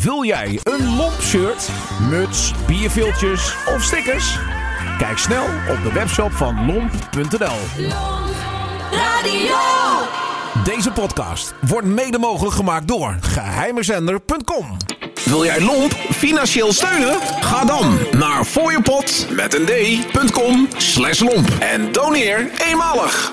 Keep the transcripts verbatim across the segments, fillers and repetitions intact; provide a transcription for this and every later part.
Wil jij een lomp shirt, muts, bierviltjes of stickers? Kijk snel op de webshop van lomp punt n l. Lomp Radio. Deze podcast wordt mede mogelijk gemaakt door geheimezender punt com. Wil jij Lomp financieel steunen? Ga dan naar fooiepot met een d punt com slash lomp en doneer eenmalig.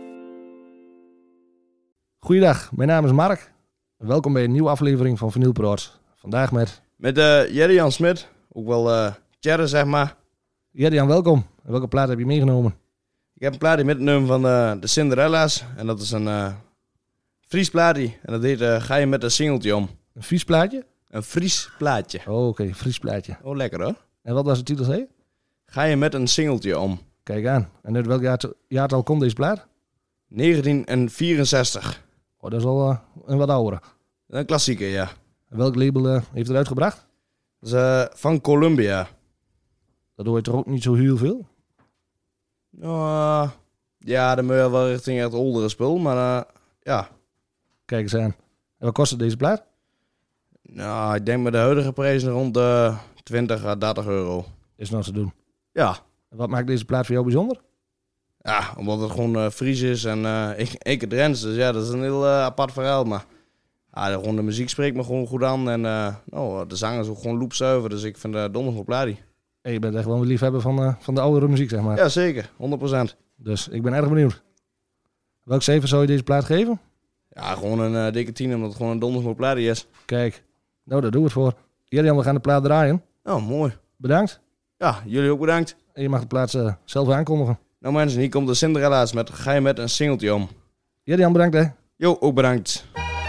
Goeiedag, mijn naam is Mark. Welkom bij een nieuwe aflevering van Vinyl Pro's. Vandaag met... Met uh, Jerry-Jan Smit, ook wel uh, Tjerre zeg maar. Jerry-Jan, welkom. En welke plaat heb je meegenomen? Ik heb een plaatje met het nummer van uh, de Cinderella's. En dat is een uh, Fries plaatje. En dat heet uh, Ga je met een singeltje om. Een Fries plaatje? Een Fries plaatje. Oh, oké, okay. Fries plaatje. Oh, lekker hoor. En wat was de titel, zei je? Ga je met een singeltje om. Kijk aan. En uit welk jaartal, jaartal komt deze plaat? negentien vierenzestig. Oh, dat is al uh, een wat oudere. Een klassieker, ja. En welk label uh, heeft het uitgebracht? Dat is uh, van Columbia. Dat hoor je toch ook niet zo heel veel? Uh, ja, dan moet je wel richting het oudere spul, maar uh, ja. Kijk eens aan. En wat kostte deze plaat? Nou, ik denk met de huidige prijzen rond de twintig à dertig euro. Is nog te doen. Ja. En wat maakt deze plaat voor jou bijzonder? Ja, omdat het gewoon uh, Fries is en uh, ik, ik het Drents. Dus ja, dat is een heel uh, apart verhaal. Maar ja, de, gewoon de muziek spreekt me gewoon goed aan. En uh, nou, de zang is ook gewoon loopzuiver. Dus ik vind het uh, donder van plaatje. Hey, je bent echt wel een liefhebber van, uh, van de oudere muziek, zeg maar. Ja, zeker. honderd procent. Dus ik ben erg benieuwd. Welk cijfer zou je deze plaat geven? Ja, gewoon een uh, dikke tien, omdat het gewoon een donder van plaatje is. Kijk, nou daar doen we het voor. Jerry, we gaan de plaat draaien. Oh, mooi. Bedankt. Ja, jullie ook bedankt. En je mag de plaats uh, zelf aankondigen. Nou mensen, hier komt de Cinderella's met Ga je met een singeltje om. Jerry, bedankt hè. Jo, ook bedankt.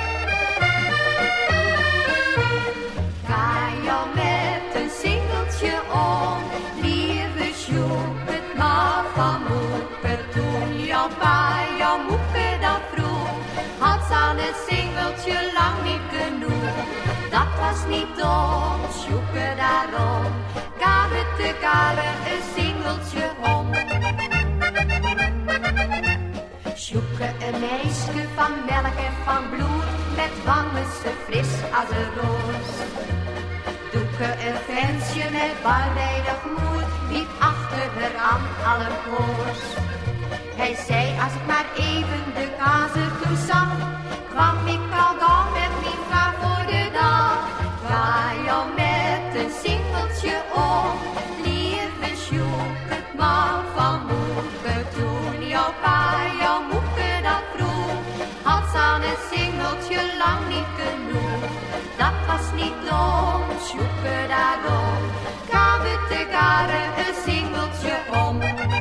Ga je met een singeltje om, lieve sjoep, het maar van moeke. Toen jouw pa, jouw moeke dat vroeg, had ze aan het singeltje lang niet genoeg. Dat was niet dom, sjoeke daarom, gaf het de karen een singeltje om. Sjoeke, een meisje van melk en van bloed, met wangen ze fris als een roos. Doeke, een ventje met barwijdig moed, liep achter haar aan alle poos. Hij zei, als ik maar even de kazen toe zag, kwam ik al dan met mijn vraag voor de dag. Ga jou met een singeltje om, lieve Sjoek, het man van moeke. Toen jouw pa, jouw moeke dat vroeg, had ze aan het singeltje lang niet genoeg. Dat was niet dom, Sjoeke daarom, gaf het de garen een singeltje om.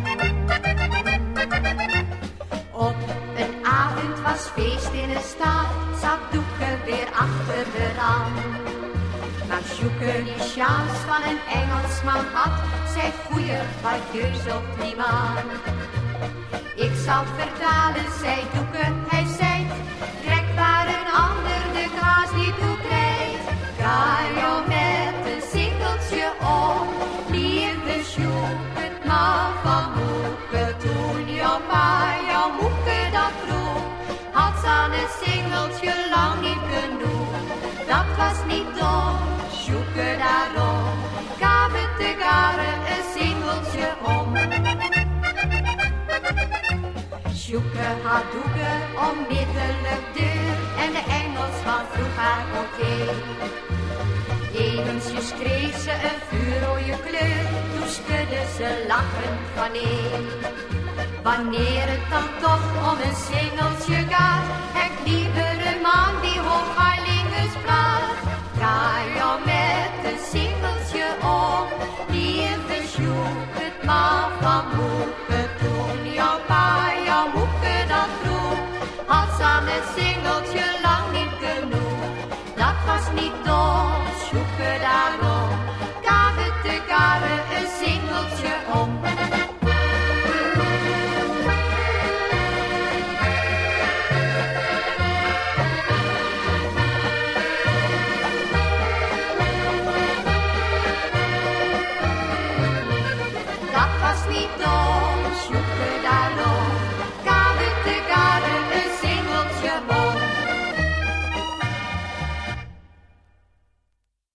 Op een avond was feest in een stad, zat Doeke weer achter de aan. Maar Sjoeke die chance van een Engelsman had, zei goeie, wat je zocht niemand. Ik zal het vertalen, zei Doeke, hij zei, trek waar een ander de kaas niet toe krijgt. Ga jou met een singeltje om, lieve Sjoek, het man van moeke. Toen jouw pa, jouw moeke dat vroeg, had ze aan het singeltje lang niet genoeg. Dat was niet dom, Sjoeke daarom, gaf het de garen een singeltje om. Sjoeke had Doeke onmiddellijk deur en de Engelsman vroeg haar oké. Eventjes kreeg ze een vuurrode kleur, toen schudde ze lachend van nee. Wanneer het dan toch om een singeltje gaat, heb ik liever een man die hoogharlingers praat.